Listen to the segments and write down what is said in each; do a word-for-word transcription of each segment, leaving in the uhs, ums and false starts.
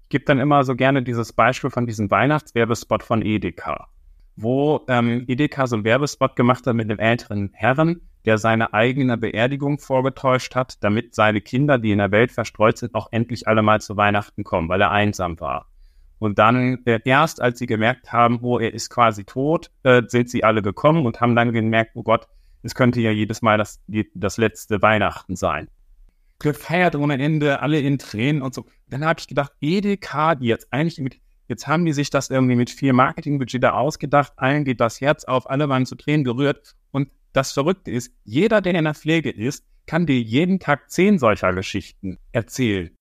gebe dann immer so gerne dieses Beispiel von diesem Weihnachtswerbespot von Edeka, wo ähm, Edeka so einen Werbespot gemacht hat mit einem älteren Herrn, der seine eigene Beerdigung vorgetäuscht hat, damit seine Kinder, die in der Welt verstreut sind, auch endlich alle mal zu Weihnachten kommen, weil er einsam war. Und dann äh, erst, als sie gemerkt haben, oh, er ist quasi tot, äh, sind sie alle gekommen und haben dann gemerkt, oh Gott, es könnte ja jedes Mal das, die, das letzte Weihnachten sein. Gefeiert ohne Ende, alle in Tränen und so. Dann habe ich gedacht, Edeka, die jetzt eigentlich mit, jetzt haben die sich das irgendwie mit viel Marketingbudget da ausgedacht, allen geht das Herz auf, alle waren zu Tränen gerührt. Und das Verrückte ist, jeder, der in der Pflege ist, kann dir jeden Tag zehn solcher Geschichten erzählen.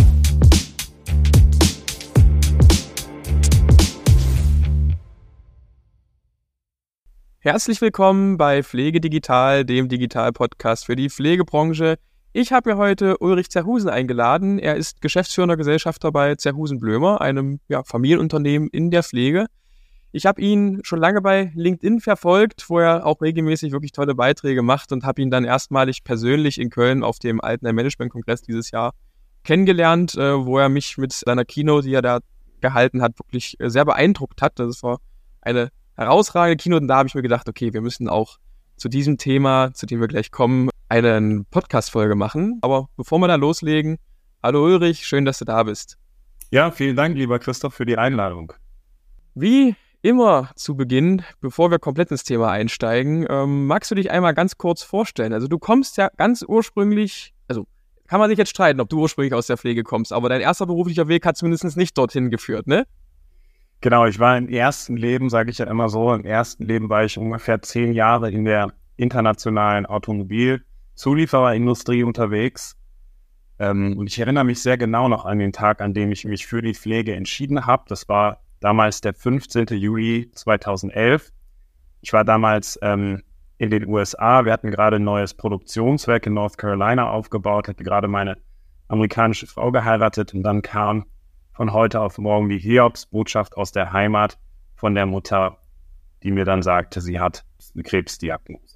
Herzlich willkommen bei Pflege Digital, dem Digital-Podcast für die Pflegebranche. Ich habe mir heute Ulrich Zerhusen eingeladen. Er ist geschäftsführender Gesellschafter bei Zerhusen Blömer, einem ja, Familienunternehmen in der Pflege. Ich habe ihn schon lange bei LinkedIn verfolgt, wo er auch regelmäßig wirklich tolle Beiträge macht und habe ihn dann erstmalig persönlich in Köln auf dem Altener Management-Kongress dieses Jahr kennengelernt, äh, wo er mich mit seiner Keynote, die er da gehalten hat, wirklich äh, sehr beeindruckt hat. Das war eine herausragende Keynote und da habe ich mir gedacht, okay, wir müssen auch zu diesem Thema, zu dem wir gleich kommen, eine Podcast-Folge machen. Aber bevor wir da loslegen, hallo Ulrich, schön, dass du da bist. Ja, vielen Dank, lieber Christoph, für die Einladung. Wie immer zu Beginn, bevor wir komplett ins Thema einsteigen, ähm, magst du dich einmal ganz kurz vorstellen? Also du kommst ja ganz ursprünglich, also kann man sich jetzt streiten, ob du ursprünglich aus der Pflege kommst, aber dein erster beruflicher Weg hat zumindest nicht dorthin geführt, ne? Genau, ich war im ersten Leben, sage ich ja immer so, im ersten Leben war ich ungefähr zehn Jahre in der internationalen Automobilzuliefererindustrie unterwegs. Ähm, und ich erinnere mich sehr genau noch an den Tag, an dem ich mich für die Pflege entschieden habe. Das war damals der fünfzehnten Juli zweitausendelf. Ich war damals ähm, in den U S A. Wir hatten gerade ein neues Produktionswerk in North Carolina aufgebaut, hatte gerade meine amerikanische Frau geheiratet und dann kam von heute auf morgen die Hiobsbotschaft aus der Heimat von der Mutter, die mir dann sagte, sie hat eine Krebsdiagnose.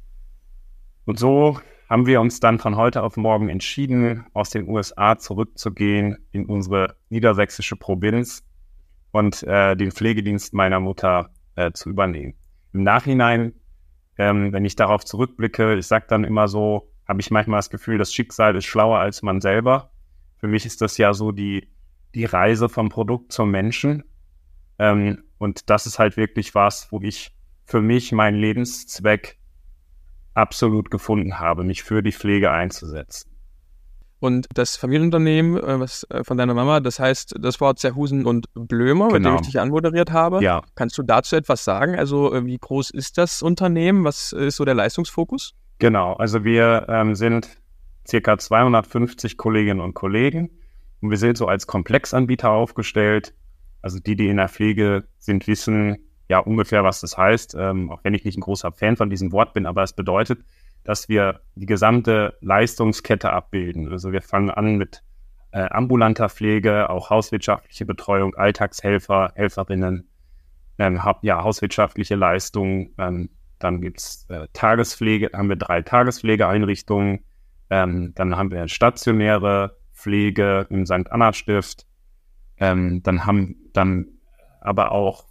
Und so haben wir uns dann von heute auf morgen entschieden, aus den U S A zurückzugehen in unsere niedersächsische Provinz und äh, den Pflegedienst meiner Mutter äh, zu übernehmen. Im Nachhinein, ähm, wenn ich darauf zurückblicke, ich sage dann immer so, habe ich manchmal das Gefühl, das Schicksal ist schlauer als man selber. Für mich ist das ja so die die Reise vom Produkt zum Menschen. Ähm, und das ist halt wirklich was, wo ich für mich meinen Lebenszweck absolut gefunden habe, mich für die Pflege einzusetzen. Und das Familienunternehmen, äh, was äh, von deiner Mama, das heißt, das war Zerhusen und Blömer, Genau. mit dem ich dich anmoderiert habe. Ja. Kannst du dazu etwas sagen? Also äh, wie groß ist das Unternehmen? Was ist so der Leistungsfokus? Genau, also wir ähm, sind circa zweihundertfünfzig Kolleginnen und Kollegen. Und wir sind so als Komplexanbieter aufgestellt. Also die, die in der Pflege sind, wissen ja ungefähr, was das heißt. Ähm, auch wenn ich nicht ein großer Fan von diesem Wort bin, aber es bedeutet, dass wir die gesamte Leistungskette abbilden. Also wir fangen an mit äh, ambulanter Pflege, auch hauswirtschaftliche Betreuung, Alltagshelfer, Helferinnen, ähm, ha- ja, hauswirtschaftliche Leistungen. Ähm, dann gibt's äh, Tagespflege, haben wir drei Tagespflegeeinrichtungen. Ähm, dann haben wir stationäre Pflege im Sankt Anna Stift, ähm, dann haben dann aber auch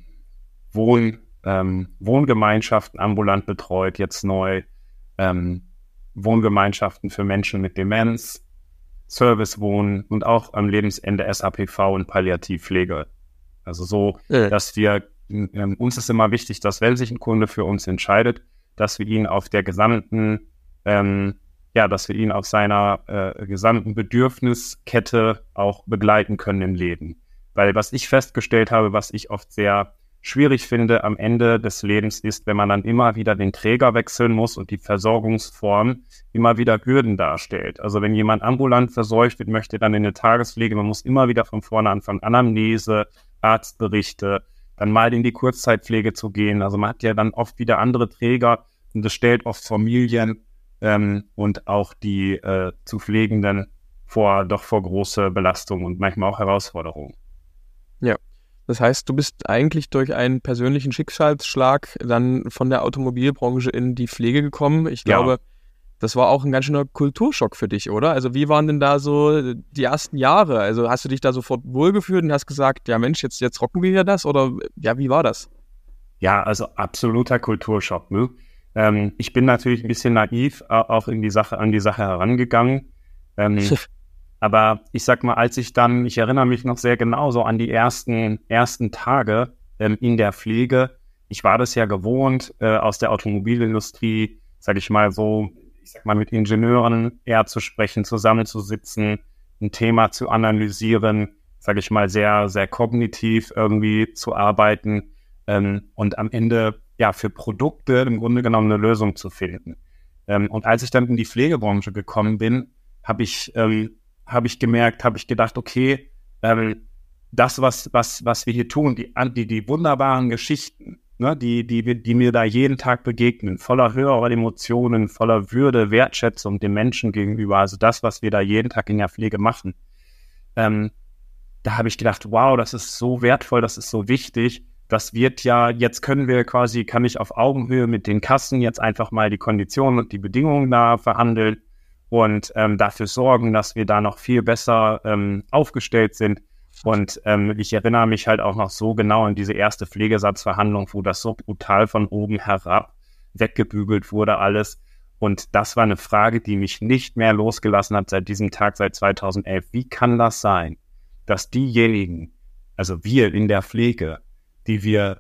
Wohn, ähm, Wohngemeinschaften ambulant betreut, jetzt neu, ähm, Wohngemeinschaften für Menschen mit Demenz, Servicewohnen und auch am Lebensende S H P V und Palliativpflege. Also so, ja. dass wir, ähm, uns ist immer wichtig, dass wenn sich ein Kunde für uns entscheidet, dass wir ihn auf der gesamten ähm, ja, dass wir ihn auf seiner äh, gesamten Bedürfniskette auch begleiten können im Leben. Weil was ich festgestellt habe, was ich oft sehr schwierig finde am Ende des Lebens ist, wenn man dann immer wieder den Träger wechseln muss und die Versorgungsform immer wieder Hürden darstellt. Also wenn jemand ambulant versorgt wird, möchte dann in eine Tagespflege, man muss immer wieder von vorne anfangen, Anamnese, Arztberichte, dann mal in die Kurzzeitpflege zu gehen. Also man hat ja dann oft wieder andere Träger und das stellt oft Familien Ähm, und auch die äh, zu Pflegenden vor, doch vor große Belastungen und manchmal auch Herausforderungen. Ja, das heißt, du bist eigentlich durch einen persönlichen Schicksalsschlag dann von der Automobilbranche in die Pflege gekommen. Ich glaube, Das war auch ein ganz schöner Kulturschock für dich, oder? Also wie waren denn da so die ersten Jahre? Also hast du dich da sofort wohlgefühlt und hast gesagt, ja Mensch, jetzt, jetzt rocken wir hier das? Oder ja, wie war das? Ja, also absoluter Kulturschock. Ne? Ähm, ich bin natürlich ein bisschen naiv äh, auch in die Sache, an die Sache herangegangen. Ähm, aber ich sag mal, als ich dann, ich erinnere mich noch sehr genau so an die ersten, ersten Tage ähm, in der Pflege. Ich war das ja gewohnt, äh, aus der Automobilindustrie, sage ich mal so, ich sag mal mit Ingenieuren eher zu sprechen, zusammenzusitzen, ein Thema zu analysieren, sage ich mal sehr, sehr kognitiv irgendwie zu arbeiten ähm, und am Ende ja für Produkte im Grunde genommen eine Lösung zu finden. Ähm, und als ich dann in die Pflegebranche gekommen bin, habe ich ähm, habe ich gemerkt, habe ich gedacht, okay, ähm, das, was, was, was wir hier tun, die, die, die wunderbaren Geschichten, ne, die, die, die mir da jeden Tag begegnen, voller höherer Emotionen, voller Würde, Wertschätzung dem Menschen gegenüber, also das, was wir da jeden Tag in der Pflege machen, ähm, da habe ich gedacht, wow, das ist so wertvoll, das ist so wichtig, das wird ja, jetzt können wir quasi, kann ich auf Augenhöhe mit den Kassen jetzt einfach mal die Konditionen und die Bedingungen da verhandeln und ähm, dafür sorgen, dass wir da noch viel besser ähm, aufgestellt sind. Und ähm, ich erinnere mich halt auch noch so genau an diese erste Pflegesatzverhandlung, wo das so brutal von oben herab weggebügelt wurde alles. Und das war eine Frage, die mich nicht mehr losgelassen hat seit diesem Tag, seit zweitausendelf. Wie kann das sein, dass diejenigen, also wir in der Pflege, die wir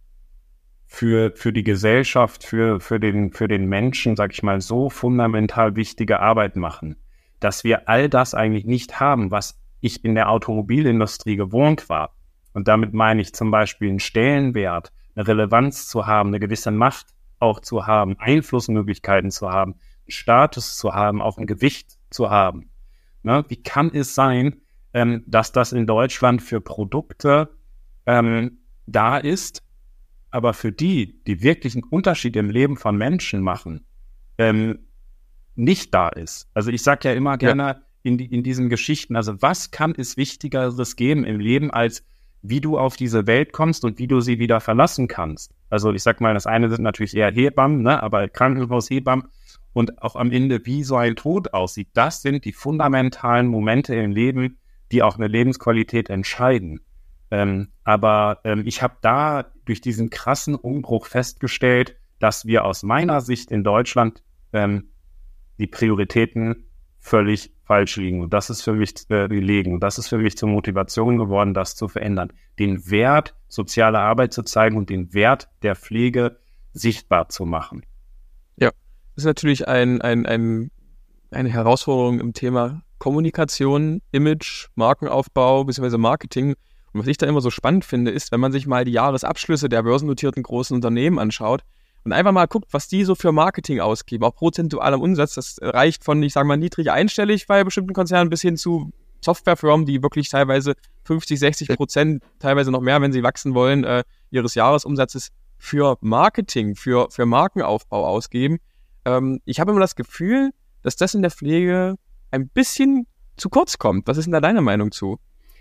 für, für die Gesellschaft, für, für den, für den Menschen, sag ich mal, so fundamental wichtige Arbeit machen, dass wir all das eigentlich nicht haben, was ich in der Automobilindustrie gewohnt war. Und damit meine ich zum Beispiel einen Stellenwert, eine Relevanz zu haben, eine gewisse Macht auch zu haben, Einflussmöglichkeiten zu haben, einen Status zu haben, auch ein Gewicht zu haben. Ne? Wie kann es sein, ähm, dass das in Deutschland für Produkte ähm, da ist, aber für die, die wirklich einen Unterschied im Leben von Menschen machen, ähm, nicht da ist. Also ich sage ja immer gerne ja. in, die, in diesen Geschichten, also was kann es Wichtigeres geben im Leben, als wie du auf diese Welt kommst und wie du sie wieder verlassen kannst. Also ich sag mal, das eine sind natürlich eher Hebammen, ne, aber Krankenhaushebammen und auch am Ende, wie so ein Tod aussieht, das sind die fundamentalen Momente im Leben, die auch eine Lebensqualität entscheiden. Ähm, aber ähm, ich habe da durch diesen krassen Umbruch festgestellt, dass wir aus meiner Sicht in Deutschland ähm, die Prioritäten völlig falsch liegen. Und das ist für mich äh, gelegen. Und das ist für mich zur Motivation geworden, das zu verändern. Den Wert sozialer Arbeit zu zeigen und den Wert der Pflege sichtbar zu machen. Ja, das ist natürlich ein, ein, ein, eine Herausforderung im Thema Kommunikation, Image, Markenaufbau bzw. Marketing. Und was ich da immer so spannend finde, ist, wenn man sich mal die Jahresabschlüsse der börsennotierten großen Unternehmen anschaut und einfach mal guckt, was die so für Marketing ausgeben, auch prozentual am Umsatz. Das reicht von, ich sage mal, niedrig einstellig bei bestimmten Konzernen bis hin zu Softwarefirmen, die wirklich teilweise fünfzig, sechzig Prozent, teilweise noch mehr, wenn sie wachsen wollen, äh, ihres Jahresumsatzes für Marketing, für, für Markenaufbau ausgeben. Ähm, ich habe immer das Gefühl, dass das in der Pflege ein bisschen zu kurz kommt. Was ist denn da deine Meinung zu?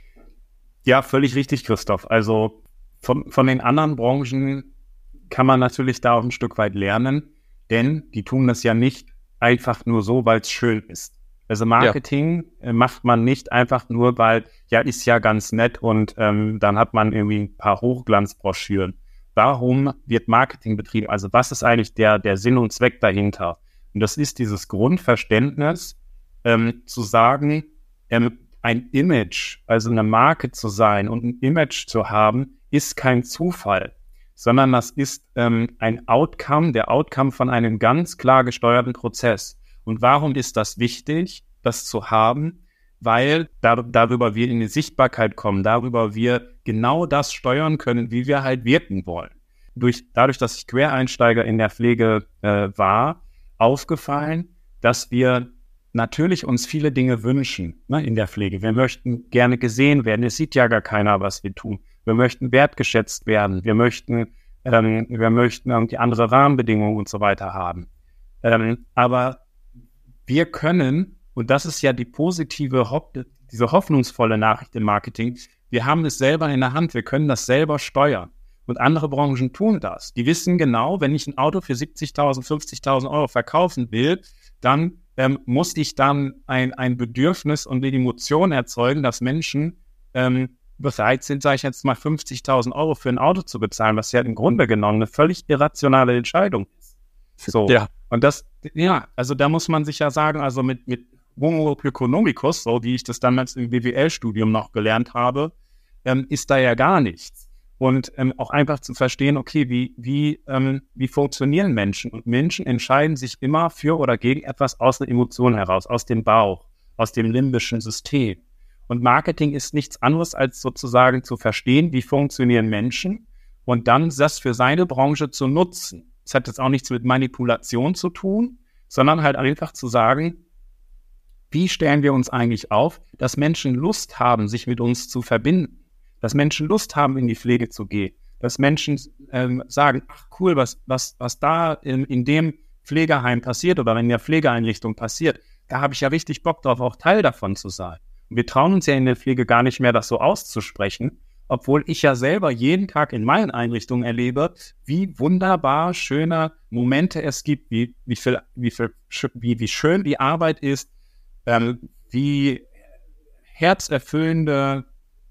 Ja, völlig richtig, Christoph. Also von, von den anderen Branchen kann man natürlich da auch ein Stück weit lernen, denn die tun das ja nicht einfach nur so, weil es schön ist. Also Marketing ja. macht man nicht einfach nur, weil, ja, ist ja ganz nett und ähm, dann hat man irgendwie ein paar Hochglanzbroschüren. Warum wird Marketing betrieben? Also was ist eigentlich der, der Sinn und Zweck dahinter? Und das ist dieses Grundverständnis, ähm, zu sagen, ähm, ein Image, also eine Marke zu sein und ein Image zu haben, ist kein Zufall, sondern das ist ähm, ein Outcome, der Outcome von einem ganz klar gesteuerten Prozess. Und warum ist das wichtig, das zu haben? Weil dar- darüber wir in die Sichtbarkeit kommen, darüber wir genau das steuern können, wie wir halt wirken wollen. Durch, dadurch, dass ich Quereinsteiger in der Pflege äh, war, aufgefallen, dass wir natürlich uns viele Dinge wünschen, ne, in der Pflege. Wir möchten gerne gesehen werden. Es sieht ja gar keiner, was wir tun. Wir möchten wertgeschätzt werden. Wir möchten, ähm, wir möchten irgendwie andere Rahmenbedingungen und so weiter haben. Ähm, aber wir können, und das ist ja die positive, diese hoffnungsvolle Nachricht im Marketing, wir haben es selber in der Hand. Wir können das selber steuern. Und andere Branchen tun das. Die wissen genau, wenn ich ein Auto für siebzigtausend, fünfzigtausend Euro verkaufen will, dann ähm, muss ich dann ein, ein Bedürfnis und eine Emotion erzeugen, dass Menschen ähm, bereit sind, sage ich jetzt mal, fünfzigtausend Euro für ein Auto zu bezahlen, was ja im Grunde genommen eine völlig irrationale Entscheidung ist. So. Ja. Und das, ja, also da muss man sich ja sagen, also mit, mit Homo economicus, so wie ich das damals im B W L-Studium noch gelernt habe, ähm, ist da ja gar nichts. Und ähm, auch einfach zu verstehen, okay, wie, wie, ähm, wie funktionieren Menschen? Und Menschen entscheiden sich immer für oder gegen etwas aus einer Emotion heraus, aus dem Bauch, aus dem limbischen System. Und Marketing ist nichts anderes, als sozusagen zu verstehen, wie funktionieren Menschen und dann das für seine Branche zu nutzen. Das hat jetzt auch nichts mit Manipulation zu tun, sondern halt einfach zu sagen, wie stellen wir uns eigentlich auf, dass Menschen Lust haben, sich mit uns zu verbinden, dass Menschen Lust haben, in die Pflege zu gehen, dass Menschen ähm, sagen, ach cool, was, was, was da in, in dem Pflegeheim passiert oder in der Pflegeeinrichtung passiert, da habe ich ja richtig Bock drauf, auch Teil davon zu sein. Wir trauen uns ja in der Pflege gar nicht mehr, das so auszusprechen, obwohl ich ja selber jeden Tag in meinen Einrichtungen erlebe, wie wunderbar schöne Momente es gibt, wie, wie, viel, wie, viel, wie, wie schön die Arbeit ist, ähm, wie herzerfüllende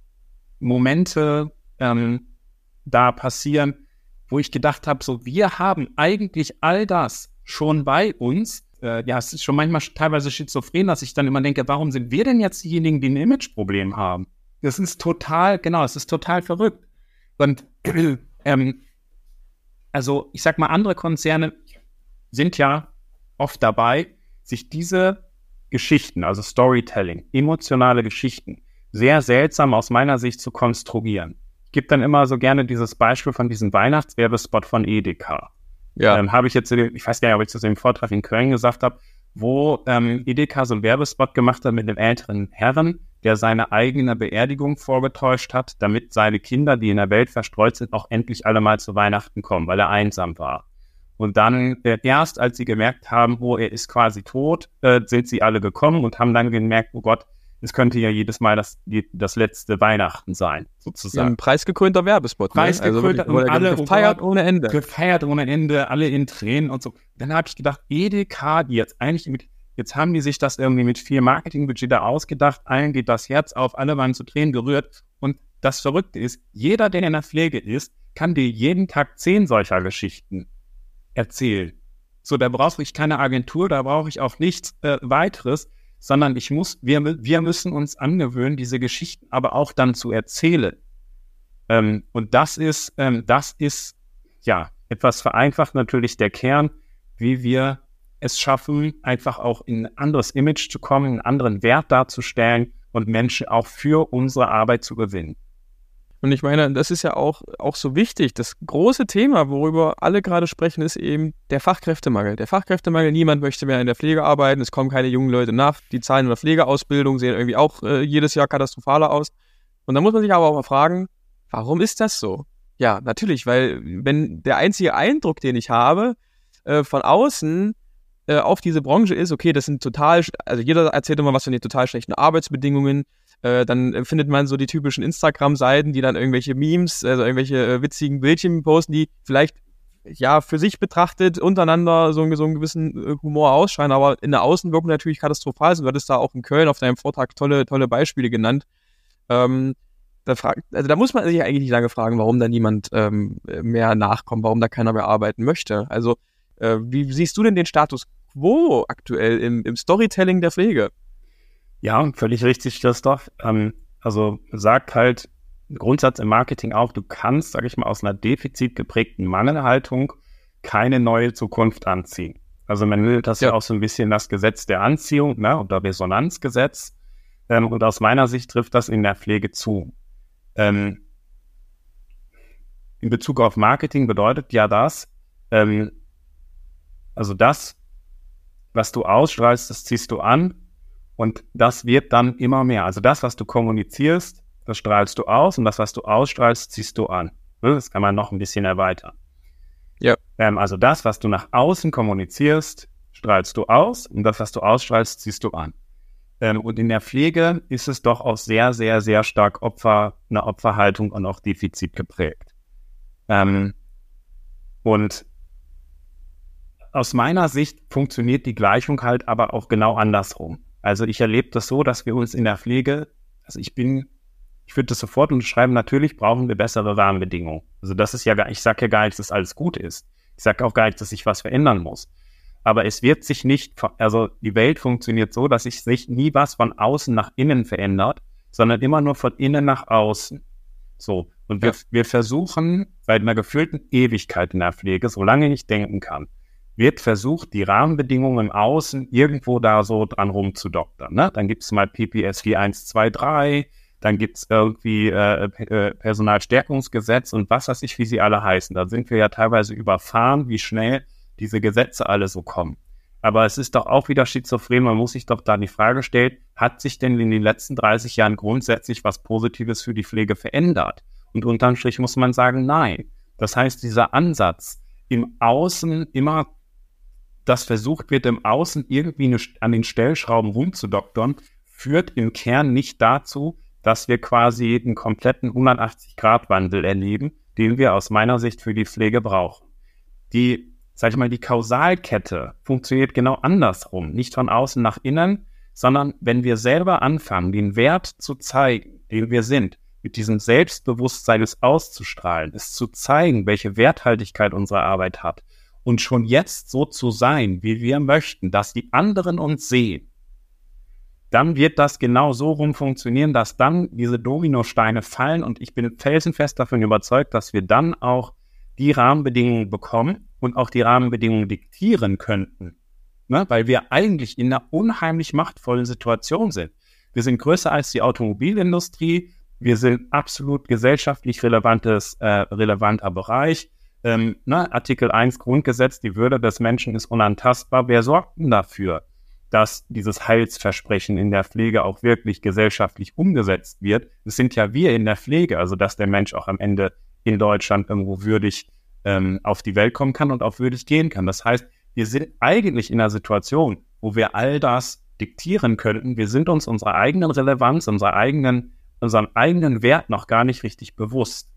Momente ähm, da passieren, wo ich gedacht habe, so wir haben eigentlich all das schon bei uns. Äh, ja, es ist schon manchmal teilweise schizophren, dass ich dann immer denke, warum sind wir denn jetzt diejenigen, die ein Imageproblem haben? Das ist total, genau, es ist total verrückt. Und ähm, also ich sag mal, andere Konzerne sind ja oft dabei, sich diese Geschichten, also Storytelling, emotionale Geschichten, sehr seltsam aus meiner Sicht zu konstruieren. Ich gebe dann immer so gerne dieses Beispiel von diesem Weihnachtswerbespot von Edeka. Ja. Ähm, habe ich jetzt, ich weiß gar nicht, ob ich das im Vortrag in Köln gesagt habe, wo ähm, Edeka so einen Werbespot gemacht hat mit einem älteren Herrn, der seine eigene Beerdigung vorgetäuscht hat, damit seine Kinder, die in der Welt verstreut sind, auch endlich alle mal zu Weihnachten kommen, weil er einsam war. Und dann äh, erst, als sie gemerkt haben, oh, er ist quasi tot, äh, sind sie alle gekommen und haben dann gemerkt, oh Gott, es könnte ja jedes Mal das, die, das letzte Weihnachten sein, sozusagen. Ja, ein preisgekrönter Werbespot. Preisgekrönter ne? also und alle gefeiert oh ohne Ende. Gefeiert ohne Ende, alle in Tränen und so. Dann habe ich gedacht, Edeka, die jetzt eigentlich mit, jetzt haben die sich das irgendwie mit viel Marketingbudget da ausgedacht, allen geht das Herz auf, alle waren zu Tränen gerührt. Und das Verrückte ist, jeder, der in der Pflege ist, kann dir jeden Tag zehn solcher Geschichten erzählen. So, da brauche ich keine Agentur, da brauche ich auch nichts äh, weiteres, sondern ich muss, wir, wir müssen uns angewöhnen, diese Geschichten aber auch dann zu erzählen. Ähm, und das ist, ähm, das ist, ja, etwas vereinfacht natürlich der Kern, wie wir es schaffen, einfach auch in ein anderes Image zu kommen, einen anderen Wert darzustellen und Menschen auch für unsere Arbeit zu gewinnen. Und ich meine, das ist ja auch, auch so wichtig. Das große Thema, worüber alle gerade sprechen, ist eben der Fachkräftemangel. Der Fachkräftemangel, niemand möchte mehr in der Pflege arbeiten, es kommen keine jungen Leute nach. Die Zahlen in der Pflegeausbildung sehen irgendwie auch äh, jedes Jahr katastrophaler aus. Und da muss man sich aber auch mal fragen, warum ist das so? Ja, natürlich, weil wenn der einzige Eindruck, den ich habe, äh, von außen äh, auf diese Branche ist, okay, das sind total, also jeder erzählt immer was von den total schlechten Arbeitsbedingungen. Äh, dann findet man so die typischen Instagram-Seiten, die dann irgendwelche Memes, also irgendwelche äh, witzigen Bildchen posten, die vielleicht ja für sich betrachtet untereinander so, so einen gewissen äh, Humor ausscheinen, aber in der Außenwirkung natürlich katastrophal sind. Du hattest da auch in Köln auf deinem Vortrag tolle, tolle Beispiele genannt. Ähm, da, frag, also da muss man sich eigentlich nicht lange fragen, warum da niemand ähm, mehr nachkommt, warum da keiner mehr arbeiten möchte. Also äh, wie siehst du denn den Status quo aktuell im, im Storytelling der Pflege? Ja, völlig richtig, Christoph. Ähm, also sagt halt Grundsatz im Marketing auch, du kannst, sage ich mal, aus einer defizitgeprägten Mangelhaltung keine neue Zukunft anziehen. Also man will das ja, ja auch so ein bisschen das Gesetz der Anziehung, ne, oder Resonanzgesetz. Ähm, und aus meiner Sicht trifft das in der Pflege zu. Ähm, in Bezug auf Marketing bedeutet ja das, ähm, also das, was du ausstrahlst, das ziehst du an. Und das wird dann immer mehr. Also das, was du kommunizierst, das strahlst du aus und das, was du ausstrahlst, ziehst du an. Das kann man noch ein bisschen erweitern. Ja. Ähm, also das, was du nach außen kommunizierst, strahlst du aus und das, was du ausstrahlst, ziehst du an. Ähm, und in der Pflege ist es doch auch sehr, sehr, sehr stark Opfer, eine Opferhaltung und auch Defizit geprägt. Ähm, und aus meiner Sicht funktioniert die Gleichung halt aber auch genau andersrum. Also ich erlebe das so, dass wir uns in der Pflege, also ich bin, ich würde das sofort unterschreiben, natürlich brauchen wir bessere Rahmenbedingungen. Also das ist ja gar, ich sage ja gar nicht, dass alles gut ist. Ich sage auch gar nicht, dass sich was verändern muss. Aber es wird sich nicht, also die Welt funktioniert so, dass sich nie was von außen nach innen verändert, sondern immer nur von innen nach außen. So. Und wir, ja. wir versuchen seit einer gefühlten Ewigkeit in der Pflege, solange ich denken kann, wird versucht, die Rahmenbedingungen im Außen irgendwo da so dran rumzudoktern. Ne? Dann gibt es mal P P S G eins, zwei, drei, dann gibt es irgendwie äh, äh, Personalstärkungsgesetz und was weiß ich, wie sie alle heißen. Da sind wir ja teilweise überfahren, wie schnell diese Gesetze alle so kommen. Aber es ist doch auch wieder schizophren, man muss sich doch da die Frage stellen, hat sich denn in den letzten dreißig Jahren grundsätzlich was Positives für die Pflege verändert? Und unterm Strich muss man sagen, nein. Das heißt, dieser Ansatz im Außen immer, dass versucht wird, im Außen irgendwie eine, an den Stellschrauben rumzudoktern, führt im Kern nicht dazu, dass wir quasi einen kompletten hundertachtzig-Grad-Wandel erleben, den wir aus meiner Sicht für die Pflege brauchen. Die, sag ich mal, die Kausalkette funktioniert genau andersrum. Nicht von außen nach innen, sondern wenn wir selber anfangen, den Wert zu zeigen, den wir sind, mit diesem Selbstbewusstsein es auszustrahlen, es zu zeigen, welche Werthaltigkeit unsere Arbeit hat und schon jetzt so zu sein, wie wir möchten, dass die anderen uns sehen, dann wird das genau so rum funktionieren, dass dann diese Dominosteine fallen und ich bin felsenfest davon überzeugt, dass wir dann auch die Rahmenbedingungen bekommen und auch die Rahmenbedingungen diktieren könnten, ne? Weil wir eigentlich in einer unheimlich machtvollen Situation sind. Wir sind größer als die Automobilindustrie, wir sind absolut gesellschaftlich relevantes, äh, relevanter Bereich. Ähm, ne? Artikel eins Grundgesetz, die Würde des Menschen ist unantastbar. Wer sorgt denn dafür, dass dieses Heilsversprechen in der Pflege auch wirklich gesellschaftlich umgesetzt wird? Es sind ja wir in der Pflege, also dass der Mensch auch am Ende in Deutschland irgendwo würdig ähm, auf die Welt kommen kann und auch würdig gehen kann. Das heißt, wir sind eigentlich in einer Situation, wo wir all das diktieren könnten. Wir sind uns unserer eigenen Relevanz, unserer eigenen, unserem eigenen Wert noch gar nicht richtig bewusst.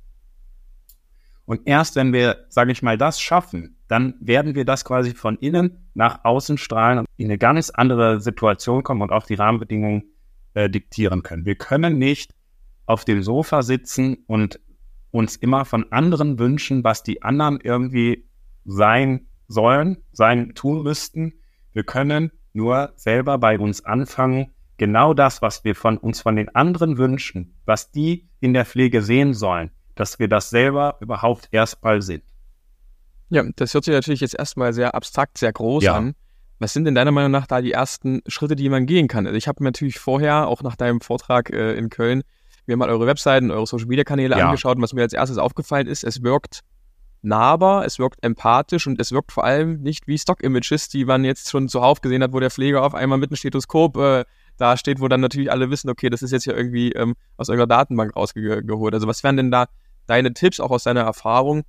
Und erst wenn wir, sage ich mal, das schaffen, dann werden wir das quasi von innen nach außen strahlen und in eine ganz andere Situation kommen und auch die Rahmenbedingungen äh, diktieren können. Wir können nicht auf dem Sofa sitzen und uns immer von anderen wünschen, was die anderen irgendwie sein sollen, sein, tun müssten. Wir können nur selber bei uns anfangen, genau das, was wir von uns von den anderen wünschen, was die in der Pflege sehen sollen, dass wir das selber überhaupt erstmal sind. Ja, das hört sich natürlich jetzt erstmal sehr abstrakt, sehr groß Ja. an. Was sind denn deiner Meinung nach da die ersten Schritte, die man gehen kann? Also ich habe mir natürlich vorher, auch nach deinem Vortrag äh, in Köln, mir mal eure Webseiten, eure Social-Media-Kanäle Ja. angeschaut und was mir als erstes aufgefallen ist, es wirkt nahbar, es wirkt empathisch und es wirkt vor allem nicht wie Stock-Images, die man jetzt schon zuhauf gesehen hat, wo der Pfleger auf einmal mit einem Stethoskop äh, da steht, wo dann natürlich alle wissen, okay, das ist jetzt hier irgendwie ähm, aus irgendeiner Datenbank rausgeholt. Also was wären denn da deine Tipps, auch aus deiner Erfahrung?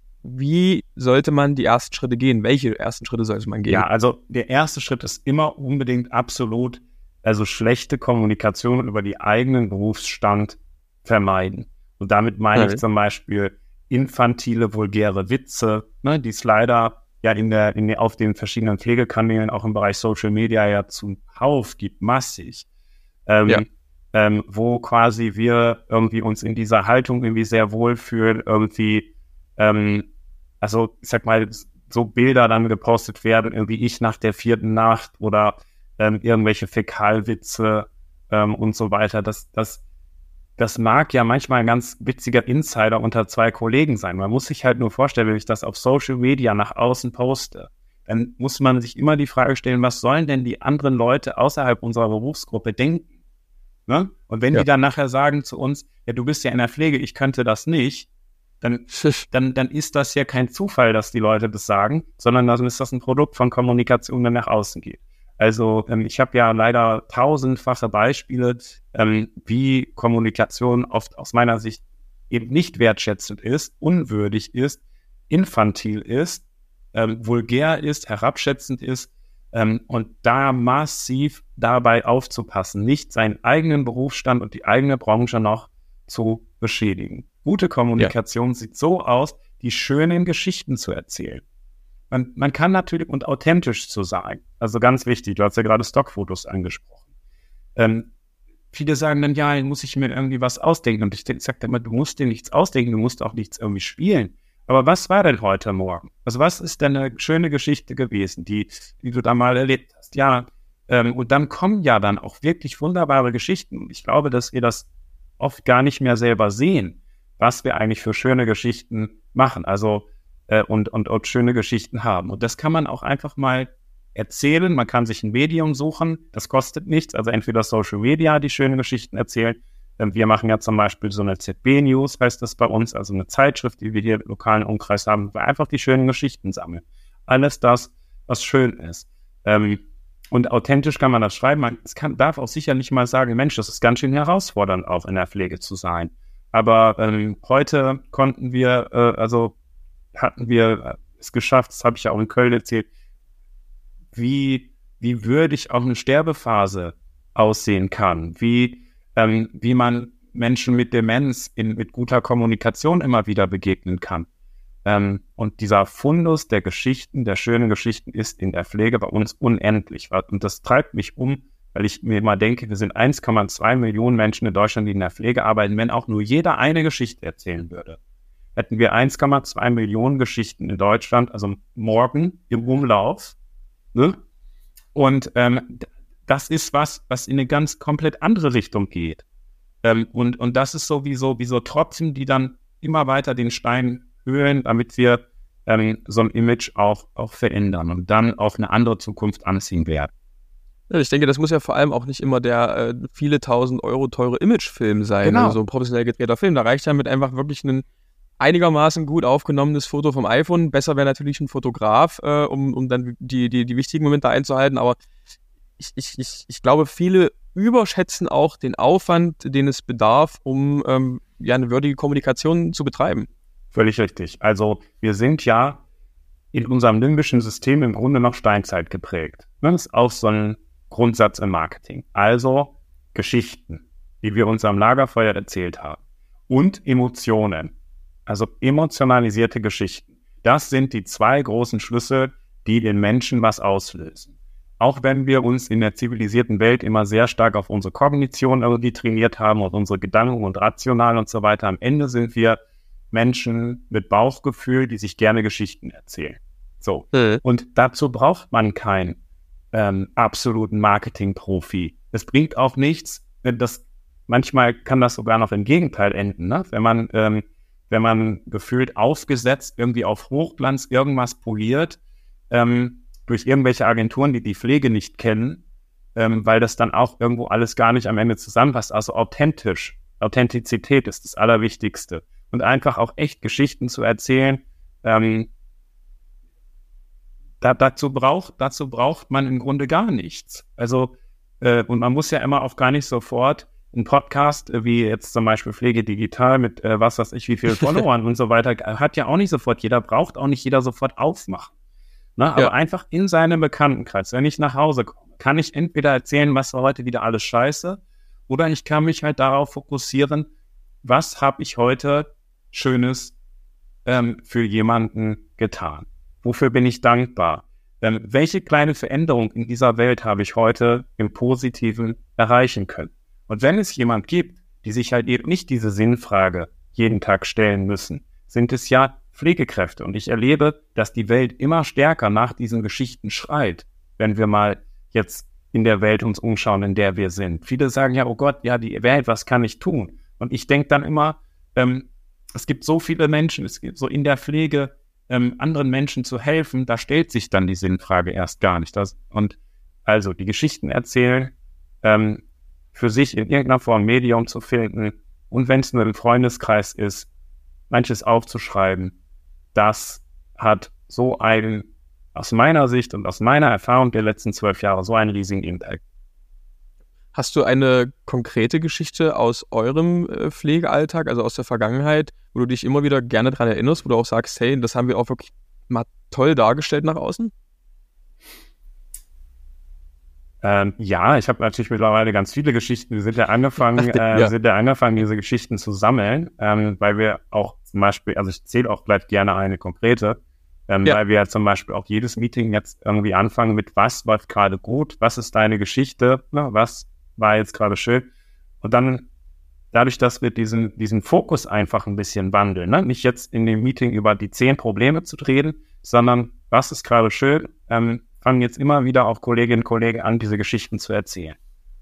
Wie sollte man die ersten Schritte gehen? Welche ersten Schritte sollte man gehen? Ja, also der erste Schritt ist immer unbedingt absolut, also schlechte Kommunikation über die eigenen Berufsstand vermeiden. Und damit meine Okay. ich zum Beispiel infantile, vulgäre Witze, ne, die es leider ja in der, in der, auf den verschiedenen Pflegekanälen, auch im Bereich Social Media ja zuhauf gibt, massig. Ähm, Ja. ähm, wo quasi wir irgendwie uns in dieser Haltung irgendwie sehr wohlfühlen, irgendwie, ähm, also ich sag mal, so Bilder dann gepostet werden, irgendwie ich nach der vierten Nacht oder ähm, irgendwelche Fäkalwitze ähm, und so weiter. Das, das, das mag ja manchmal ein ganz witziger Insider unter zwei Kollegen sein. Man muss sich halt nur vorstellen, wenn ich das auf Social Media nach außen poste, dann muss man sich immer die Frage stellen, was sollen denn die anderen Leute außerhalb unserer Berufsgruppe denken? Ne? Und wenn Ja. die dann nachher sagen zu uns, ja, du bist ja in der Pflege, ich könnte das nicht, dann, dann, dann ist das ja kein Zufall, dass die Leute das sagen, sondern dann ist das ein Produkt von Kommunikation, der nach außen geht. Also ähm, ich habe ja leider tausendfache Beispiele, ähm, wie Kommunikation oft aus meiner Sicht eben nicht wertschätzend ist, unwürdig ist, infantil ist, ähm, vulgär ist, herabschätzend ist, ähm, und da massiv dabei aufzupassen, nicht seinen eigenen Berufsstand und die eigene Branche noch zu beschädigen. Gute Kommunikation ja. sieht so aus, die schönen Geschichten zu erzählen. man, man kann natürlich und authentisch zu sein. Also ganz wichtig, du hast ja gerade Stockfotos angesprochen. Ähm, viele sagen dann, ja, muss ich mir irgendwie was ausdenken. Und ich sage dann immer, du musst dir nichts ausdenken, du musst auch nichts irgendwie spielen. Aber was war denn heute Morgen? Also was ist denn eine schöne Geschichte gewesen, die, die du da mal erlebt hast? Ja, ähm, und dann kommen ja dann auch wirklich wunderbare Geschichten. Und ich glaube, dass wir das oft gar nicht mehr selber sehen, was wir eigentlich für schöne Geschichten machen. Also äh, und, und, und schöne Geschichten haben. Und das kann man auch einfach mal erzählen. Man kann sich ein Medium suchen, das kostet nichts. Also entweder Social Media, die schöne Geschichten erzählen. Wir machen ja zum Beispiel so eine Z B-News, heißt das bei uns, also eine Zeitschrift, die wir hier im lokalen Umkreis haben, wo wir einfach die schönen Geschichten sammeln. Alles das, was schön ist. Ähm, und authentisch kann man das schreiben. Man es kann, darf auch sicher nicht mal sagen, Mensch, das ist ganz schön herausfordernd, auch in der Pflege zu sein. Aber ähm, heute konnten wir, äh, also hatten wir es geschafft, das habe ich ja auch in Köln erzählt, wie, wie würdig auch eine Sterbephase aussehen kann, wie Ähm, wie man Menschen mit Demenz in, mit guter Kommunikation immer wieder begegnen kann. Ähm, und dieser Fundus der Geschichten, der schönen Geschichten ist in der Pflege bei uns unendlich. Und das treibt mich um, weil ich mir immer denke, wir sind eins Komma zwei Millionen Menschen in Deutschland, die in der Pflege arbeiten. Wenn auch nur jeder eine Geschichte erzählen würde, hätten wir eins Komma zwei Millionen Geschichten in Deutschland, also morgen im Umlauf. Ne? Und ähm, das ist was, was in eine ganz komplett andere Richtung geht. Ähm, und, und das ist so wie so, wie so Tropfen, die dann immer weiter den Stein höhlen, damit wir ähm, so ein Image auch, auch verändern und dann auf eine andere Zukunft anziehen werden. Ja, ich denke, das muss ja vor allem auch nicht immer der äh, viele tausend Euro teure Imagefilm sein, Genau. Also so ein professionell gedrehter Film. Da reicht ja mit einfach wirklich ein einigermaßen gut aufgenommenes Foto vom iPhone. Besser wäre natürlich ein Fotograf, äh, um, um dann die, die, die wichtigen Momente einzuhalten, aber Ich, ich, ich, ich glaube, viele überschätzen auch den Aufwand, den es bedarf, um ähm, ja, eine würdige Kommunikation zu betreiben. Völlig richtig. Also wir sind ja in unserem limbischen System im Grunde noch Steinzeit geprägt. Das ist auch so ein Grundsatz im Marketing. Also Geschichten, die wir uns am Lagerfeuer erzählt haben. Und Emotionen. Also emotionalisierte Geschichten. Das sind die zwei großen Schlüssel, die den Menschen was auslösen. Auch wenn wir uns in der zivilisierten Welt immer sehr stark auf unsere Kognition irgendwie trainiert haben und unsere Gedanken und rational und so weiter, am Ende sind wir Menschen mit Bauchgefühl, die sich gerne Geschichten erzählen. So. Mhm. Und dazu braucht man keinen ähm, absoluten Marketing-Profi. Es bringt auch nichts, das, manchmal kann das sogar noch im Gegenteil enden, ne? Wenn man, ähm, wenn man gefühlt aufgesetzt irgendwie auf Hochglanz irgendwas poliert, ähm, durch irgendwelche Agenturen, die die Pflege nicht kennen, ähm, weil das dann auch irgendwo alles gar nicht am Ende zusammenpasst. Also authentisch. Authentizität ist das Allerwichtigste. Und einfach auch echt Geschichten zu erzählen, ähm, da, dazu, braucht, dazu braucht man im Grunde gar nichts. Also, äh, und man muss ja immer auch gar nicht sofort einen Podcast, äh, wie jetzt zum Beispiel Pflege digital mit äh, was weiß ich, wie viel Followern und so weiter, hat ja auch nicht sofort jeder, braucht auch nicht jeder sofort aufmachen. Na, aber ja. Einfach in seinem Bekanntenkreis, wenn ich nach Hause komme, kann ich entweder erzählen, was war heute wieder alles scheiße, oder ich kann mich halt darauf fokussieren, was habe ich heute Schönes ähm, für jemanden getan? Wofür bin ich dankbar? Ähm, welche kleine Veränderung in dieser Welt habe ich heute im Positiven erreichen können? Und wenn es jemand gibt, die sich halt eben nicht diese Sinnfrage jeden Tag stellen müssen, sind es ja Pflegekräfte. Und ich erlebe, dass die Welt immer stärker nach diesen Geschichten schreit, wenn wir mal jetzt in der Welt uns umschauen, in der wir sind. Viele sagen ja, oh Gott, ja, die Welt, was kann ich tun? Und ich denke dann immer, ähm, es gibt so viele Menschen, es gibt so in der Pflege, ähm, anderen Menschen zu helfen, da stellt sich dann die Sinnfrage erst gar nicht. Das, und also die Geschichten erzählen, ähm, für sich in irgendeiner Form Medium zu finden und wenn es nur im Freundeskreis ist, manches aufzuschreiben, das hat so einen, aus meiner Sicht und aus meiner Erfahrung der letzten zwölf Jahre, so einen riesigen Impact. Hast du eine konkrete Geschichte aus eurem äh, Pflegealltag, also aus der Vergangenheit, wo du dich immer wieder gerne daran erinnerst, wo du auch sagst, hey, das haben wir auch wirklich mal toll dargestellt nach außen? Ähm, ja, ich habe natürlich mittlerweile ganz viele Geschichten. Wir sind ja angefangen, Ach, äh, ja. sind ja angefangen, diese Geschichten zu sammeln, ähm, weil wir auch zum Beispiel, also ich zähle auch gleich gerne eine konkrete. Ähm, ja. Weil wir ja zum Beispiel auch jedes Meeting jetzt irgendwie anfangen mit, was läuft gerade gut, was ist deine Geschichte, ne? Was war jetzt gerade schön. Und dann dadurch, dass wir diesen, diesen Fokus einfach ein bisschen wandeln, ne? Nicht jetzt in dem Meeting über die zehn Probleme zu reden, sondern was ist gerade schön, ähm, fangen jetzt immer wieder auch Kolleginnen und Kollegen an, diese Geschichten zu erzählen.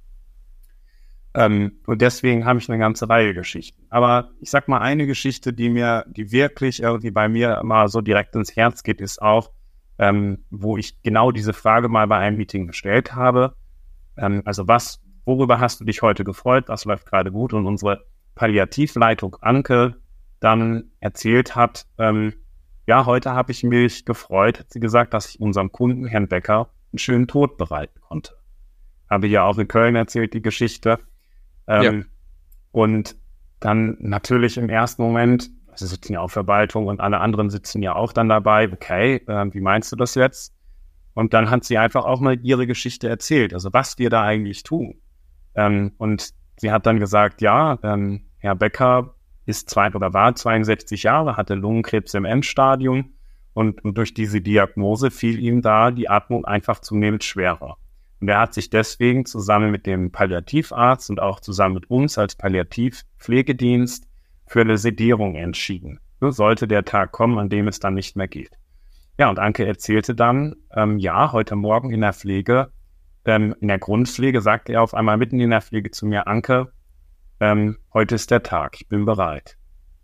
Ähm, und deswegen habe ich eine ganze Reihe Geschichten. Aber ich sag mal, eine Geschichte, die mir, die wirklich irgendwie bei mir mal so direkt ins Herz geht, ist auch, ähm, wo ich genau diese Frage mal bei einem Meeting gestellt habe. Ähm, also was, worüber hast du dich heute gefreut? Was läuft gerade gut? Und unsere Palliativleitung Anke dann erzählt hat, ähm, ja, heute habe ich mich gefreut, hat sie gesagt, dass ich unserem Kunden, Herrn Becker, einen schönen Tod bereiten konnte. Habe ich ja auch in Köln erzählt, die Geschichte. Ähm, ja. Und dann natürlich im ersten Moment, also sitzen ja auch Verwaltung und alle anderen sitzen ja auch dann dabei, okay, äh, wie meinst du das jetzt? Und dann hat sie einfach auch mal ihre Geschichte erzählt, also was wir da eigentlich tun. Ähm, und sie hat dann gesagt, ja, ähm, Herr Becker ist zwei oder war zweiundsechzig Jahre, hatte Lungenkrebs im Endstadium und, und durch diese Diagnose fiel ihm da die Atmung einfach zunehmend schwerer. Und er hat sich deswegen zusammen mit dem Palliativarzt und auch zusammen mit uns als Palliativpflegedienst für eine Sedierung entschieden. So sollte der Tag kommen, an dem es dann nicht mehr geht. Ja, und Anke erzählte dann, ähm, ja, heute Morgen in der Pflege, ähm, in der Grundpflege, sagte er auf einmal mitten in der Pflege zu mir, Anke, ähm, heute ist der Tag, ich bin bereit.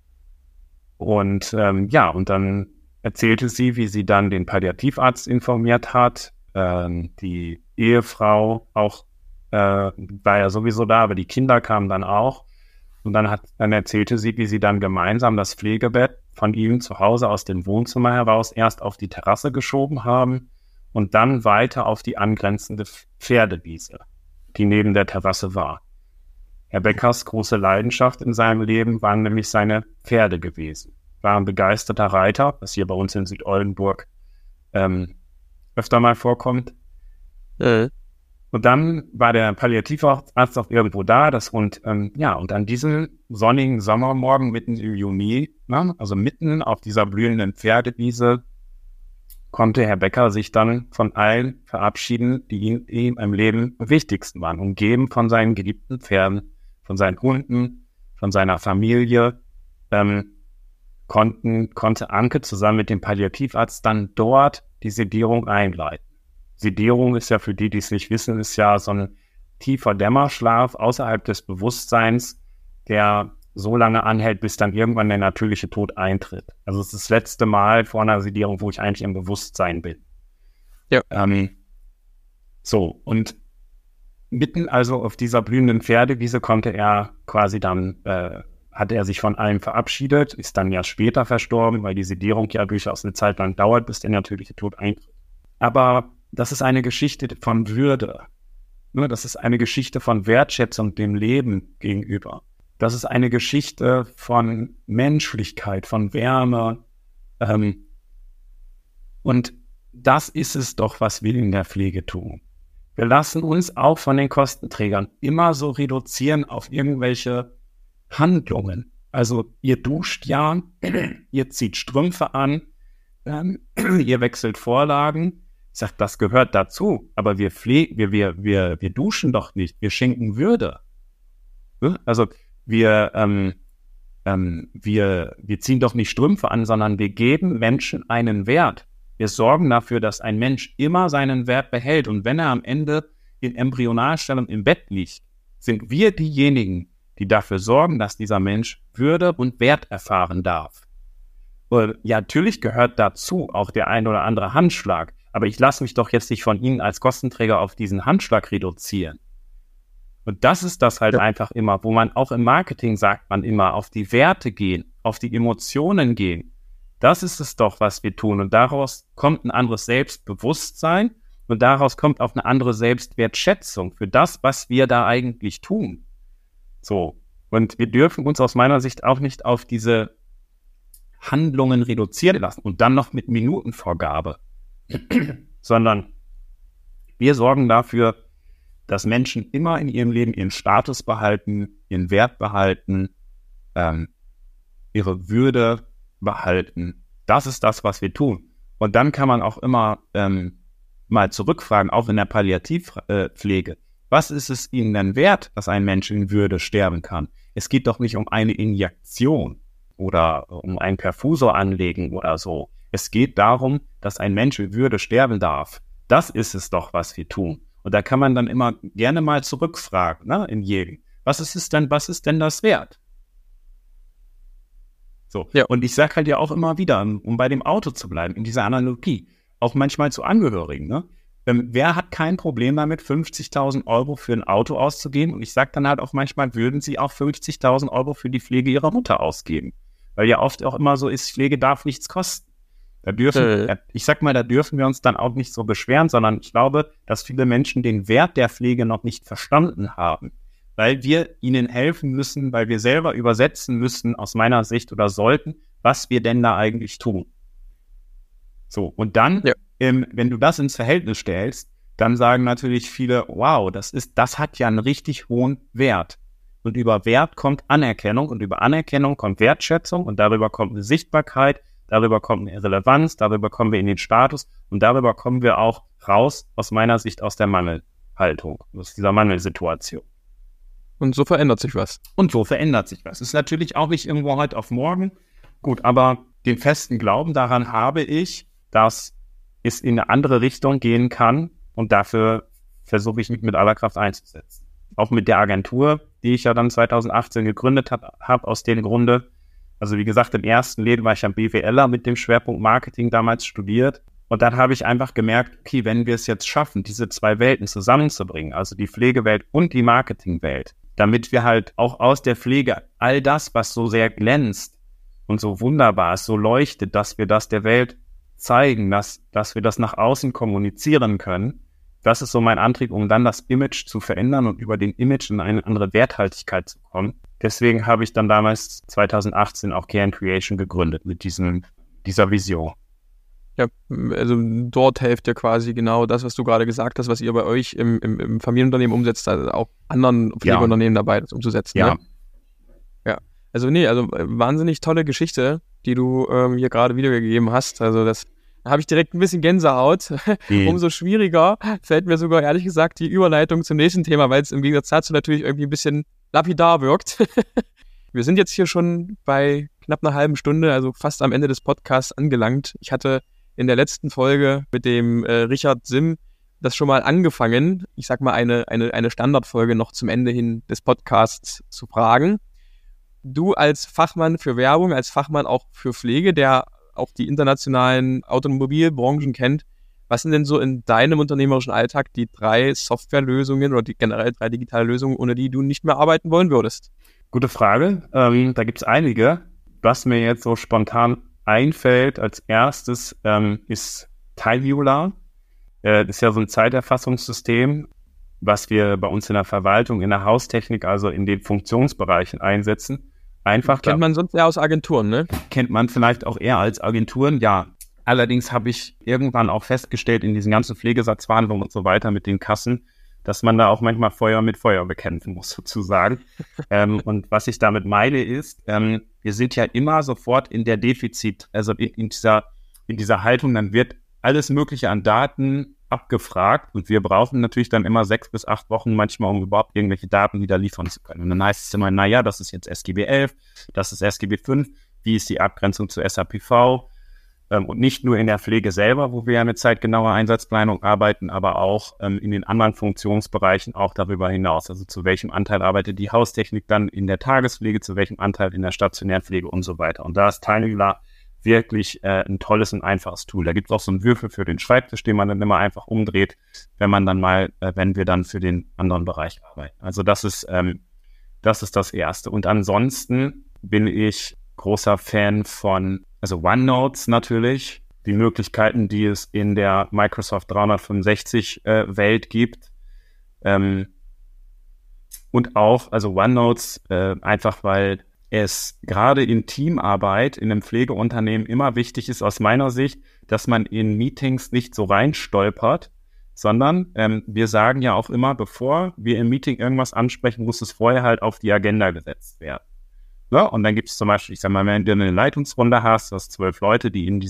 Und ähm, ja, und dann erzählte sie, wie sie dann den Palliativarzt informiert hat, ähm, die Ehefrau auch äh, war ja sowieso da, aber die Kinder kamen dann auch. Und dann hat, dann erzählte sie, wie sie dann gemeinsam das Pflegebett von ihm zu Hause aus dem Wohnzimmer heraus erst auf die Terrasse geschoben haben und dann weiter auf die angrenzende Pferdewiese, die neben der Terrasse war. Herr Beckers große Leidenschaft in seinem Leben waren nämlich seine Pferde gewesen. War ein begeisterter Reiter, was hier bei uns in Südoldenburg ähm, öfter mal vorkommt. Äh. Und dann war der Palliativarzt auch irgendwo da, das und ähm, ja, und an diesem sonnigen Sommermorgen mitten im Juni, ne, also mitten auf dieser blühenden Pferdewiese, konnte Herr Becker sich dann von allen verabschieden, die ihm, ihm im Leben am wichtigsten waren, umgeben von seinen geliebten Pferden, von seinen Hunden, von seiner Familie, ähm, konnten, konnte Anke zusammen mit dem Palliativarzt dann dort die Sedierung einleiten. Sedierung ist ja für die, die es nicht wissen, ist ja so ein tiefer Dämmerschlaf außerhalb des Bewusstseins, der so lange anhält, bis dann irgendwann der natürliche Tod eintritt. Also es ist das letzte Mal vor einer Sedierung, wo ich eigentlich im Bewusstsein bin. Ja. Ähm, so, und mitten also auf dieser blühenden Pferdewiese konnte er quasi dann, äh, hatte er sich von allem verabschiedet, ist dann ja später verstorben, weil die Sedierung ja durchaus eine Zeit lang dauert, bis der natürliche Tod eintritt. Aber das ist eine Geschichte von Würde. Das ist eine Geschichte von Wertschätzung dem Leben gegenüber. Das ist eine Geschichte von Menschlichkeit, von Wärme. Ähm, und das ist es doch, was wir in der Pflege tun. Wir lassen uns auch von den Kostenträgern immer so reduzieren auf irgendwelche Handlungen. Also ihr duscht ja, ihr zieht Strümpfe an, ähm, ihr wechselt Vorlagen. Ich sage, das gehört dazu, aber wir pflegen, wir, wir, wir, wir duschen doch nicht, wir schenken Würde. Also wir, ähm, ähm, wir, wir ziehen doch nicht Strümpfe an, sondern wir geben Menschen einen Wert. Wir sorgen dafür, dass ein Mensch immer seinen Wert behält. Und wenn er am Ende in Embryonalstellung im Bett liegt, sind wir diejenigen, die dafür sorgen, dass dieser Mensch Würde und Wert erfahren darf. Und ja, natürlich gehört dazu auch der ein oder andere Handschlag. Aber ich lasse mich doch jetzt nicht von Ihnen als Kostenträger auf diesen Handschlag reduzieren. Und das ist das halt ja. einfach immer, wo man auch im Marketing sagt man immer, auf die Werte gehen, auf die Emotionen gehen. Das ist es doch, was wir tun. Und daraus kommt ein anderes Selbstbewusstsein und daraus kommt auch eine andere Selbstwertschätzung für das, was wir da eigentlich tun. So. Und wir dürfen uns aus meiner Sicht auch nicht auf diese Handlungen reduzieren lassen und dann noch mit Minutenvorgabe. Sondern wir sorgen dafür, dass Menschen immer in ihrem Leben ihren Status behalten, ihren Wert behalten, ähm, ihre Würde behalten. Das ist das, was wir tun. Und dann kann man auch immer ähm, mal zurückfragen, auch in der Palliativpflege. Was ist es Ihnen denn wert, dass ein Mensch in Würde sterben kann? Es geht doch nicht um eine Injektion oder um ein Perfusor anlegen oder so. Es geht darum, dass ein Mensch in Würde sterben darf. Das ist es doch, was wir tun. Und da kann man dann immer gerne mal zurückfragen, ne, in jedem. Was ist es denn, was ist denn das wert? So. Ja. Und ich sage halt ja auch immer wieder, um bei dem Auto zu bleiben, in dieser Analogie, auch manchmal zu Angehörigen, ne? Ähm, wer hat kein Problem damit, fünfzigtausend Euro für ein Auto auszugeben? Und ich sage dann halt auch manchmal, würden sie auch fünfzigtausend Euro für die Pflege ihrer Mutter ausgeben? Weil ja oft auch immer so ist, Pflege darf nichts kosten. Da dürfen, äh. ich sag mal, da dürfen wir uns dann auch nicht so beschweren, sondern ich glaube, dass viele Menschen den Wert der Pflege noch nicht verstanden haben. Weil wir ihnen helfen müssen, weil wir selber übersetzen müssen, aus meiner Sicht, oder sollten, was wir denn da eigentlich tun. So, und dann, ja. ähm, wenn du das ins Verhältnis stellst, dann sagen natürlich viele, wow, das ist, das hat ja einen richtig hohen Wert. Und über Wert kommt Anerkennung und über Anerkennung kommt Wertschätzung und darüber kommt eine Sichtbarkeit, darüber kommt eine Relevanz, darüber kommen wir in den Status und darüber kommen wir auch raus, aus meiner Sicht, aus der Mangelhaltung, aus dieser Mangelsituation. Und so verändert sich was. Und so verändert sich was. Ist natürlich auch nicht irgendwo heute auf morgen. Gut, aber den festen Glauben daran habe ich, dass es in eine andere Richtung gehen kann. Und dafür versuche ich mich mit aller Kraft einzusetzen. Auch mit der Agentur, die ich ja dann zweitausendachtzehn gegründet habe, hab aus dem Grunde. Also wie gesagt, im ersten Leben war ich ja BWLer mit dem Schwerpunkt Marketing damals studiert. Und dann habe ich einfach gemerkt, okay, wenn wir es jetzt schaffen, diese zwei Welten zusammenzubringen, also die Pflegewelt und die Marketingwelt, damit wir halt auch aus der Pflege all das, was so sehr glänzt und so wunderbar ist, so leuchtet, dass wir das der Welt zeigen, dass, dass wir das nach außen kommunizieren können. Das ist so mein Antrieb, um dann das Image zu verändern und über den Image in eine andere Werthaltigkeit zu kommen. Deswegen habe ich dann damals zweitausendachtzehn auch Care and Creation gegründet mit diesem, dieser Vision. Ja, also dort helft ihr quasi genau das, was du gerade gesagt hast, was ihr bei euch im, im, im Familienunternehmen umsetzt, also auch anderen Pflegeunternehmen ja. dabei, das umzusetzen. Ja. Ne? Ja. Also nee, also wahnsinnig tolle Geschichte, die du ähm, hier gerade wiedergegeben hast. Also das da habe ich direkt ein bisschen Gänsehaut. Mhm. Umso schwieriger fällt mir sogar ehrlich gesagt die Überleitung zum nächsten Thema, weil es im Gegensatz dazu natürlich irgendwie ein bisschen lapidar wirkt. Wir sind jetzt hier schon bei knapp einer halben Stunde, also fast am Ende des Podcasts angelangt. Ich hatte in der letzten Folge mit dem äh, Richard Simm das schon mal angefangen, ich sag mal eine, eine, eine Standardfolge noch zum Ende hin des Podcasts zu fragen. Du als Fachmann für Werbung, als Fachmann auch für Pflege, der auch die internationalen Automobilbranchen kennt, was sind denn so in deinem unternehmerischen Alltag die drei Softwarelösungen oder die generell drei digitale Lösungen, ohne die du nicht mehr arbeiten wollen würdest? Gute Frage. Ähm, da gibt es einige. Was mir jetzt so spontan einfällt als erstes, ähm, ist Tilevular. Äh, das ist ja so ein Zeiterfassungssystem, was wir bei uns in der Verwaltung, in der Haustechnik, also in den Funktionsbereichen einsetzen. Einfach kennt man sonst eher aus Agenturen, ne? Kennt man vielleicht auch eher als Agenturen, ja. Allerdings habe ich irgendwann auch festgestellt, in diesen ganzen Pflegesatzverhandlungen und so weiter mit den Kassen, dass man da auch manchmal Feuer mit Feuer bekämpfen muss, sozusagen. ähm, und was ich damit meine ist, ähm, wir sind ja immer sofort in der Defizit, also in, in, dieser, in dieser Haltung, dann wird alles Mögliche an Daten abgefragt und wir brauchen natürlich dann immer sechs bis acht Wochen manchmal, um überhaupt irgendwelche Daten wieder liefern zu können. Und dann heißt es immer, naja, das ist jetzt S G B elf, das ist S G B fünf, wie ist die Abgrenzung zu S A P V? Ähm, und nicht nur in der Pflege selber, wo wir ja mit zeitgenauer Einsatzplanung arbeiten, aber auch ähm, in den anderen Funktionsbereichen auch darüber hinaus. Also zu welchem Anteil arbeitet die Haustechnik dann in der Tagespflege, zu welchem Anteil in der stationären Pflege und so weiter. Und da ist Tilevular wirklich äh, ein tolles und einfaches Tool. Da gibt es auch so einen Würfel für den Schreibtisch, den man dann immer einfach umdreht, wenn man dann mal, äh, wenn wir dann für den anderen Bereich arbeiten. Also das ist, ähm, das ist das Erste. Und ansonsten bin ich großer Fan von, also OneNotes natürlich, die Möglichkeiten, die es in der Microsoft dreihundertfünfundsechzig äh, Welt gibt. Ähm, und auch, also OneNotes, äh, einfach weil es gerade in Teamarbeit in einem Pflegeunternehmen immer wichtig ist, aus meiner Sicht, dass man in Meetings nicht so reinstolpert, sondern ähm, wir sagen ja auch immer, bevor wir im Meeting irgendwas ansprechen, muss es vorher halt auf die Agenda gesetzt werden. Ja, und dann gibt es zum Beispiel, ich sag mal, wenn du eine Leitungsrunde hast, du hast zwölf Leute, die in diesem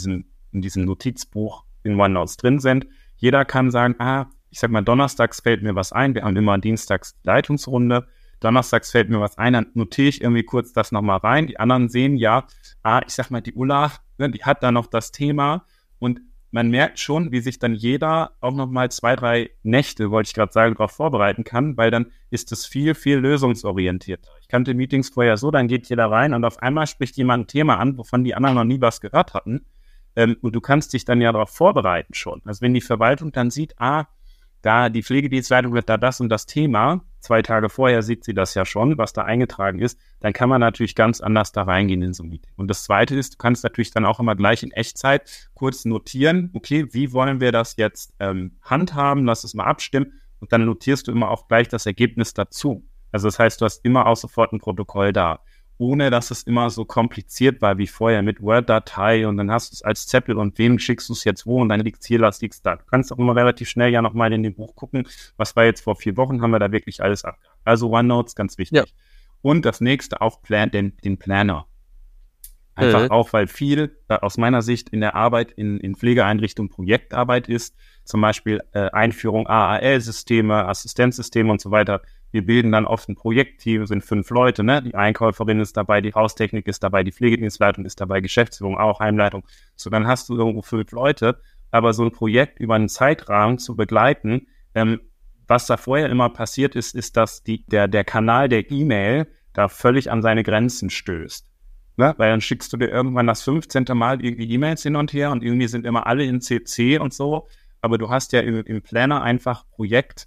in diesem Notizbuch in OneNotes drin sind. Jeder kann sagen, ah, ich sag mal, donnerstags fällt mir was ein. Wir haben immer dienstags Leitungsrunde. Donnerstags fällt mir was ein, dann notiere ich irgendwie kurz das nochmal rein. Die anderen sehen, ja, ah, ich sag mal, die Ulla, ne, die hat da noch das Thema. Und man merkt schon, wie sich dann jeder auch nochmal zwei, drei Nächte, wollte ich gerade sagen, darauf vorbereiten kann, weil dann ist es viel, viel lösungsorientierter. Ich kannte Meetings vorher so, dann geht jeder rein und auf einmal spricht jemand ein Thema an, wovon die anderen noch nie was gehört hatten. Ähm, und du kannst dich dann ja darauf vorbereiten schon. Also wenn die Verwaltung dann sieht, ah, da die Pflegedienstleitung wird da das und das Thema, zwei Tage vorher sieht sie das ja schon, was da eingetragen ist, dann kann man natürlich ganz anders da reingehen in so ein Meeting. Und das Zweite ist, du kannst natürlich dann auch immer gleich in Echtzeit kurz notieren, okay, wie wollen wir das jetzt ähm, handhaben, lass es mal abstimmen und dann notierst du immer auch gleich das Ergebnis dazu. Also das heißt, du hast immer auch sofort ein Protokoll da, ohne dass es immer so kompliziert war wie vorher mit Word-Datei und dann hast du es als Zettel und wem schickst du es jetzt wo und dann liegt's hier, das liegt's da. Du kannst auch immer relativ schnell ja nochmal in dem Buch gucken, was war jetzt vor vier Wochen, haben wir da wirklich alles abgehakt. Also OneNote, ganz wichtig. Ja. Und das nächste auch Plan, den, den Planner. Einfach mhm. auch, weil viel äh, aus meiner Sicht in der Arbeit in, in Pflegeeinrichtungen Projektarbeit ist, zum Beispiel äh, Einführung A A L-Systeme, Assistenzsysteme und so weiter. Wir bilden dann oft ein Projektteam, sind fünf Leute, ne? Die Einkäuferin ist dabei, die Haustechnik ist dabei, die Pflegedienstleitung ist dabei, Geschäftsführung auch, Heimleitung. So, dann hast du irgendwo fünf Leute, aber so ein Projekt über einen Zeitrahmen zu begleiten, ähm, was da vorher immer passiert ist, ist, dass die, der, der Kanal der E-Mail da völlig an seine Grenzen stößt. Ne? Weil dann schickst du dir irgendwann das fünfzehnte Mal irgendwie E-Mails hin und her und irgendwie sind immer alle in C C und so, aber du hast ja im, im Planner einfach Projekt,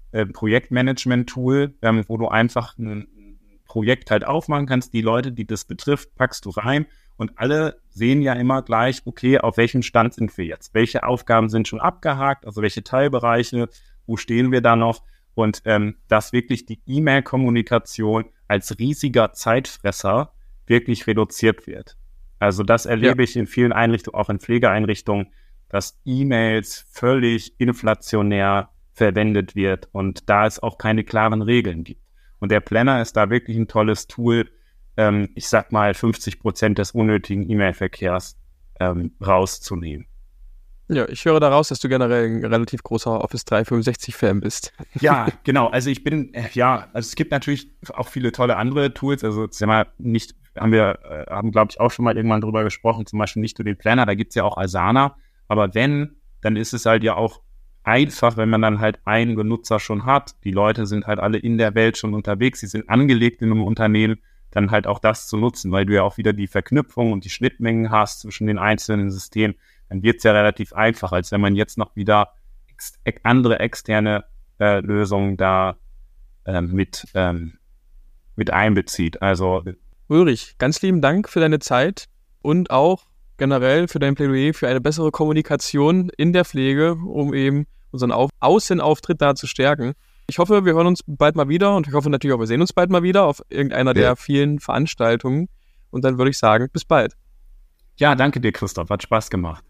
Projektmanagement-Tool, ähm, wo du einfach ein Projekt halt aufmachen kannst. Die Leute, die das betrifft, packst du rein und alle sehen ja immer gleich, okay, auf welchem Stand sind wir jetzt? Welche Aufgaben sind schon abgehakt? Also welche Teilbereiche? Wo stehen wir da noch? Und ähm, dass wirklich die E-Mail-Kommunikation als riesiger Zeitfresser wirklich reduziert wird. Also das erlebe ja. ich in vielen Einrichtungen, auch in Pflegeeinrichtungen, dass E-Mails völlig inflationär verwendet wird und da es auch keine klaren Regeln gibt. Und der Planner ist da wirklich ein tolles Tool, ähm, ich sag mal fünfzig Prozent des unnötigen E-Mail-Verkehrs ähm, rauszunehmen. Ja, ich höre daraus, dass du generell ein relativ großer Office dreihundertfünfundsechzig-Fan bist. Ja, genau. Also ich bin, äh, ja, also es gibt natürlich auch viele tolle andere Tools. Also sag mal, nicht, haben wir, äh, haben glaube ich auch schon mal irgendwann drüber gesprochen, zum Beispiel nicht nur den Planner, da gibt's ja auch Asana. Aber wenn, dann ist es halt ja auch einfach, wenn man dann halt einen Benutzer schon hat. Die Leute sind halt alle in der Welt schon unterwegs, sie sind angelegt in einem Unternehmen, dann halt auch das zu nutzen, weil du ja auch wieder die Verknüpfung und die Schnittmengen hast zwischen den einzelnen Systemen. Dann wird es ja relativ einfach, als wenn man jetzt noch wieder ex- andere externe äh, Lösungen da äh, mit, ähm, mit einbezieht. Also Ulrich, ganz lieben Dank für deine Zeit und auch generell für dein Plädoyer für eine bessere Kommunikation in der Pflege, um eben unseren Auf- Außenauftritt da zu stärken. Ich hoffe, wir hören uns bald mal wieder und ich hoffe natürlich auch, wir sehen uns bald mal wieder auf irgendeiner ja. der vielen Veranstaltungen. Und dann würde ich sagen, bis bald. Ja, danke dir, Christoph. Hat Spaß gemacht.